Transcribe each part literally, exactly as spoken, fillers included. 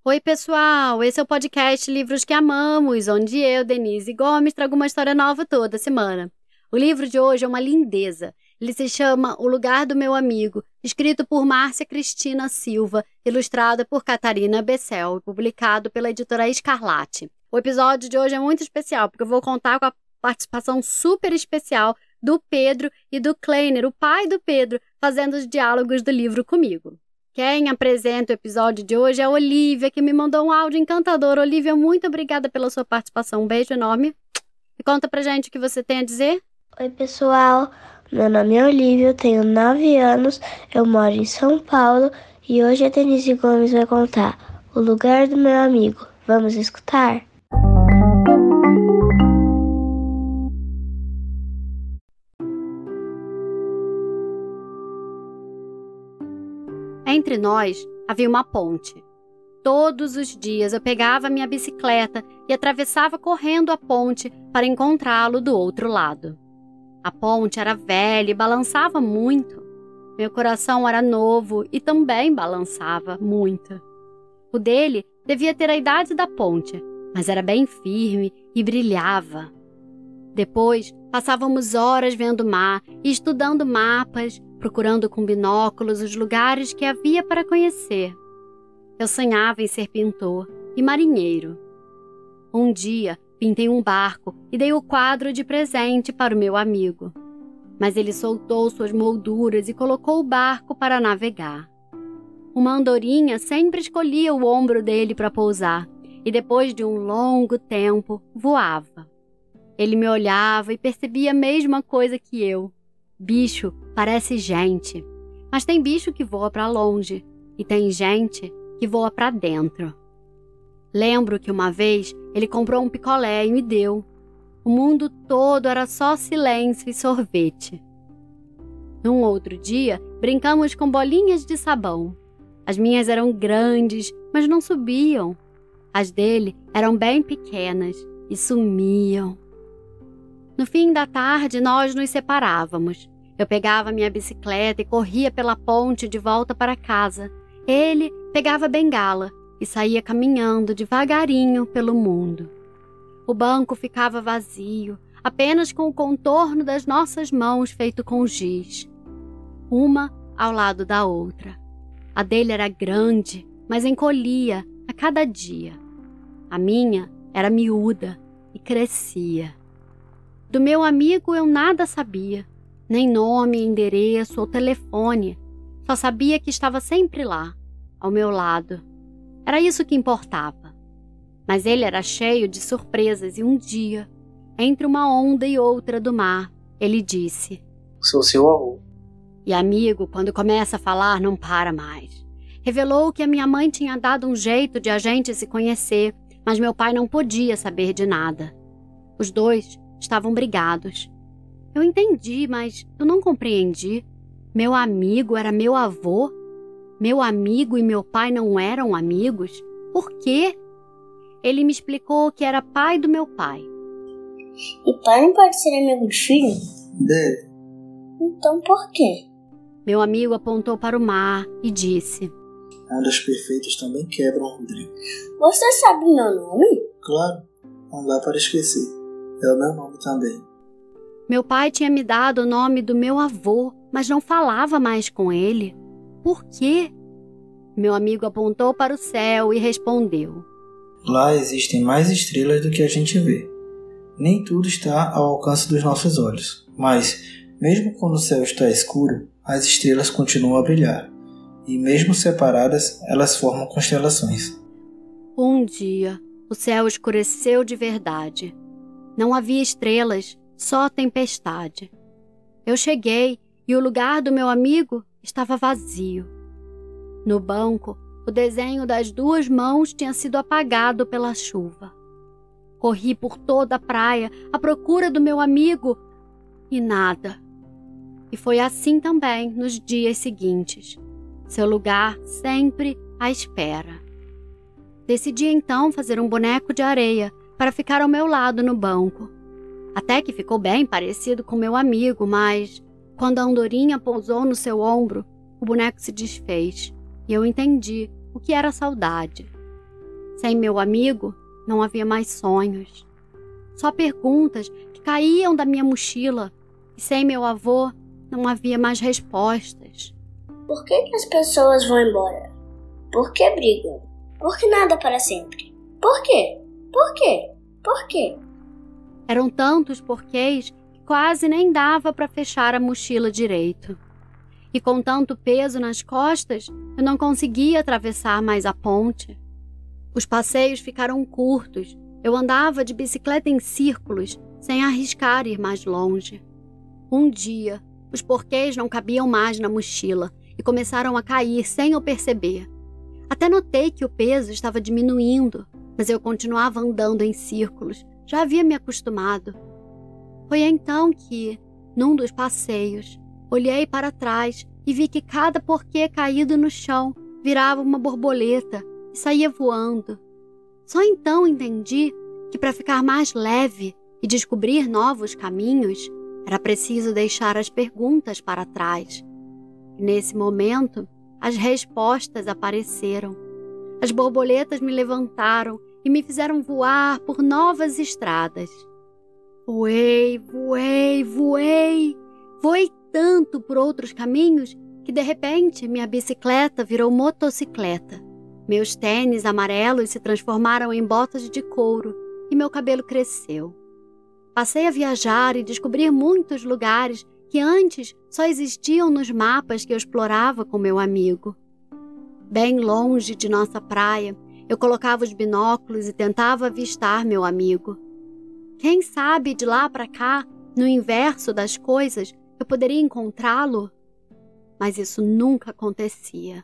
Oi, pessoal! Esse é o podcast Livros que Amamos, onde eu, Denise Gomes, trago uma história nova toda semana. O livro de hoje é uma lindeza. Ele se chama O Lugar do Meu Amigo, escrito por Márcia Cristina Silva, ilustrado por Catarina Bessel e publicado pela editora Escarlate. O episódio de hoje é muito especial, porque eu vou contar com a participação super especial do Pedro e do Kleiner, o pai do Pedro, fazendo os diálogos do livro comigo. Quem apresenta o episódio de hoje é a Olivia, que me mandou um áudio encantador. Olivia, muito obrigada pela sua participação. Um beijo enorme. E conta pra gente o que você tem a dizer. Oi, pessoal. Meu nome é Olivia, eu tenho nove anos, eu moro em São Paulo e hoje a Denise Gomes vai contar O Lugar do Meu Amigo. Vamos escutar? Entre nós havia uma ponte. Todos os dias eu pegava minha bicicleta e atravessava correndo a ponte para encontrá-lo do outro lado. A ponte era velha e balançava muito. Meu coração era novo e também balançava muito. O dele devia ter a idade da ponte, mas era bem firme e brilhava. Depois, passávamos horas vendo o mar e estudando mapas, procurando com binóculos os lugares que havia para conhecer. Eu sonhava em ser pintor e marinheiro. Um dia, pintei um barco e dei o quadro de presente para o meu amigo. Mas ele soltou suas molduras e colocou o barco para navegar. Uma andorinha sempre escolhia o ombro dele para pousar e depois de um longo tempo voava. Ele me olhava e percebia a mesma coisa que eu. Bicho parece gente, mas tem bicho que voa para longe e tem gente que voa para dentro. Lembro que uma vez ele comprou um picolé e me deu. O mundo todo era só silêncio e sorvete. Num outro dia, brincamos com bolinhas de sabão. As minhas eram grandes, mas não subiam. As dele eram bem pequenas e sumiam. No fim da tarde, nós nos separávamos. Eu pegava minha bicicleta e corria pela ponte de volta para casa. Ele pegava a bengala e saía caminhando devagarinho pelo mundo. O banco ficava vazio, apenas com o contorno das nossas mãos feito com giz. Uma ao lado da outra. A dele era grande, mas encolhia a cada dia. A minha era miúda e crescia. Do meu amigo eu nada sabia, nem nome, endereço ou telefone. Só sabia que estava sempre lá, ao meu lado. Era isso que importava. Mas ele era cheio de surpresas e um dia, entre uma onda e outra do mar, ele disse: "Sou seu avô." E amigo, quando começa a falar, não para mais. Revelou que a minha mãe tinha dado um jeito de a gente se conhecer, mas meu pai não podia saber de nada. Os dois estavam brigados. Eu entendi, mas eu não compreendi. Meu amigo era meu avô? Meu amigo e meu pai não eram amigos? Por quê? Ele me explicou que era pai do meu pai. E pai não pode ser amigo de filho? Deve. Então por quê? Meu amigo apontou para o mar e disse: Ondas perfeitas também quebram, Rodrigo. Você sabe meu nome? Claro, não dá para esquecer. É o meu nome também. Meu pai tinha me dado o nome do meu avô, mas não falava mais com ele. Por quê? Meu amigo apontou para o céu e respondeu: Lá existem mais estrelas do que a gente vê. Nem tudo está ao alcance dos nossos olhos, mas, mesmo quando o céu está escuro, as estrelas continuam a brilhar. E mesmo separadas, elas formam constelações. Um dia, o céu escureceu de verdade. Não havia estrelas, só tempestade. Eu cheguei e o lugar do meu amigo estava vazio. No banco, o desenho das duas mãos tinha sido apagado pela chuva. Corri por toda a praia à procura do meu amigo e nada. E foi assim também nos dias seguintes. Seu lugar sempre à espera. Decidi então fazer um boneco de areia para ficar ao meu lado no banco. Até que ficou bem parecido com meu amigo, mas quando a andorinha pousou no seu ombro, o boneco se desfez e eu entendi o que era saudade. Sem meu amigo, não havia mais sonhos. Só perguntas que caíam da minha mochila. E sem meu avô, não havia mais respostas. Por que, que as pessoas vão embora? Por que brigam? Por que nada para sempre? Por quê? Por quê? Por quê? Eram tantos porquês que quase nem dava para fechar a mochila direito. E com tanto peso nas costas, eu não conseguia atravessar mais a ponte. Os passeios ficaram curtos. Eu andava de bicicleta em círculos, sem arriscar ir mais longe. Um dia, os porquês não cabiam mais na mochila e começaram a cair sem eu perceber. Até notei que o peso estava diminuindo, mas eu continuava andando em círculos. Já havia me acostumado. Foi então que, num dos passeios, olhei para trás e vi que cada porquê caído no chão virava uma borboleta e saía voando. Só então entendi que para ficar mais leve e descobrir novos caminhos, era preciso deixar as perguntas para trás. E nesse momento, as respostas apareceram. As borboletas me levantaram e me fizeram voar por novas estradas. Voei, voei, voei. Voei tanto por outros caminhos que, de repente, minha bicicleta virou motocicleta. Meus tênis amarelos se transformaram em botas de couro e meu cabelo cresceu. Passei a viajar e descobrir muitos lugares que antes só existiam nos mapas que eu explorava com meu amigo. Bem longe de nossa praia, eu colocava os binóculos e tentava avistar meu amigo. Quem sabe de lá para cá, no inverso das coisas, eu poderia encontrá-lo? Mas isso nunca acontecia.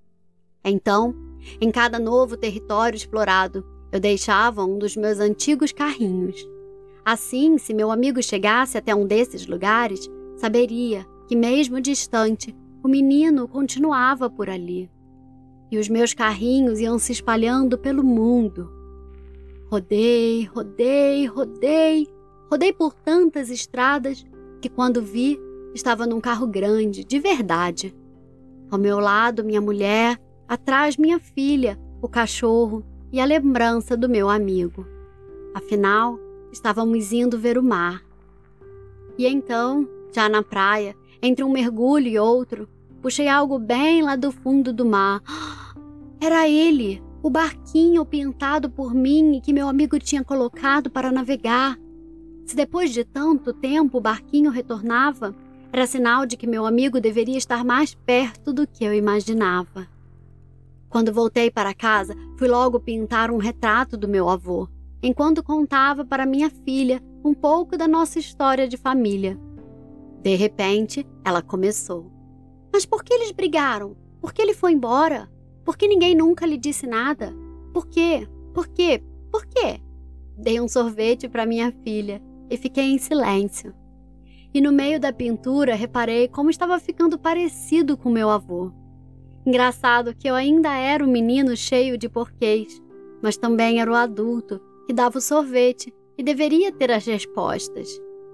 Então, em cada novo território explorado, eu deixava um dos meus antigos carrinhos. Assim, se meu amigo chegasse até um desses lugares, saberia que, mesmo distante, o menino continuava por ali. E os meus carrinhos iam se espalhando pelo mundo. Rodei, rodei, rodei, rodei por tantas estradas que, quando vi, estava num carro grande, de verdade. Ao meu lado, minha mulher, atrás, minha filha, o cachorro e a lembrança do meu amigo. Afinal, estávamos indo ver o mar. E então, já na praia, entre um mergulho e outro, puxei algo bem lá do fundo do mar. Era ele, o barquinho pintado por mim e que meu amigo tinha colocado para navegar. Se depois de tanto tempo o barquinho retornava, era sinal de que meu amigo deveria estar mais perto do que eu imaginava. Quando voltei para casa, fui logo pintar um retrato do meu avô, enquanto contava para minha filha um pouco da nossa história de família. De repente, ela começou. Mas por que eles brigaram? Por que ele foi embora? Por que ninguém nunca lhe disse nada? Por quê? Por quê? Por quê? Dei um sorvete para minha filha e fiquei em silêncio. E no meio da pintura reparei como estava ficando parecido com meu avô. Engraçado que eu ainda era o menino cheio de porquês, mas também era o adulto que dava o sorvete e deveria ter as respostas.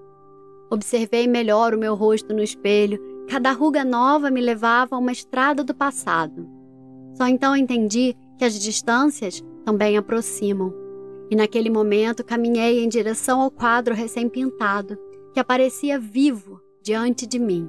Observei melhor o meu rosto no espelho. Cada ruga nova me levava a uma estrada do passado. Só então entendi que as distâncias também aproximam. E naquele momento caminhei em direção ao quadro recém-pintado, que aparecia vivo diante de mim.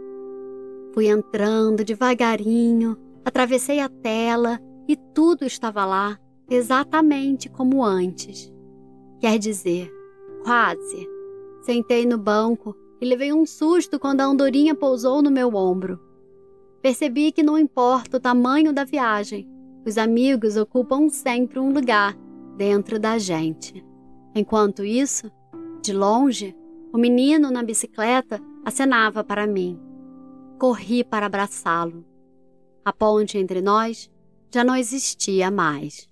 Fui entrando devagarinho, atravessei a tela e tudo estava lá, exatamente como antes. Quer dizer, quase. Sentei no banco e levei um susto quando a andorinha pousou no meu ombro. Percebi que não importa o tamanho da viagem, os amigos ocupam sempre um lugar dentro da gente. Enquanto isso, de longe, o menino na bicicleta acenava para mim. Corri para abraçá-lo. A ponte entre nós já não existia mais.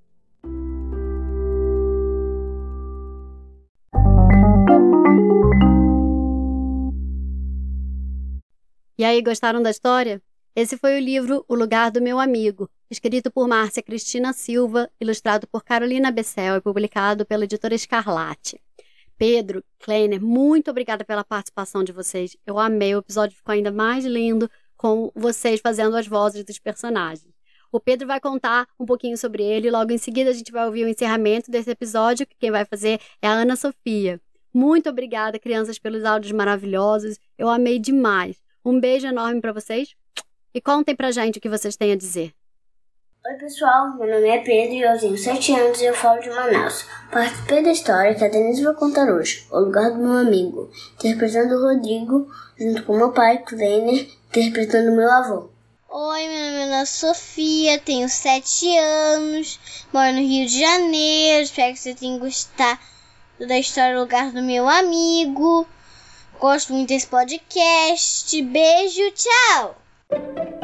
E aí, gostaram da história? Esse foi o livro O Lugar do Meu Amigo, escrito por Márcia Cristina Silva, ilustrado por Carolina Bessel e publicado pela editora Escarlate. Pedro, Kleiner, muito obrigada pela participação de vocês. Eu amei, o episódio ficou ainda mais lindo com vocês fazendo as vozes dos personagens. O Pedro vai contar um pouquinho sobre ele. Logo em seguida, a gente vai ouvir o encerramento desse episódio, que quem vai fazer é a Ana Sofia. Muito obrigada, crianças, pelos áudios maravilhosos. Eu amei demais. Um beijo enorme para vocês. E contem pra gente o que vocês têm a dizer. Oi, pessoal. Meu nome é Pedro e eu tenho sete anos e eu falo de Manaus. Participei da história que a Denise vai contar hoje, O Lugar do Meu Amigo, interpretando o Rodrigo, junto com meu pai, Kleiner, interpretando o meu avô. Oi, meu nome é Ana Sofia, tenho sete anos, moro no Rio de Janeiro. Espero que você tenha gostado da história O Lugar do Meu Amigo. Gosto muito desse podcast. Beijo, tchau!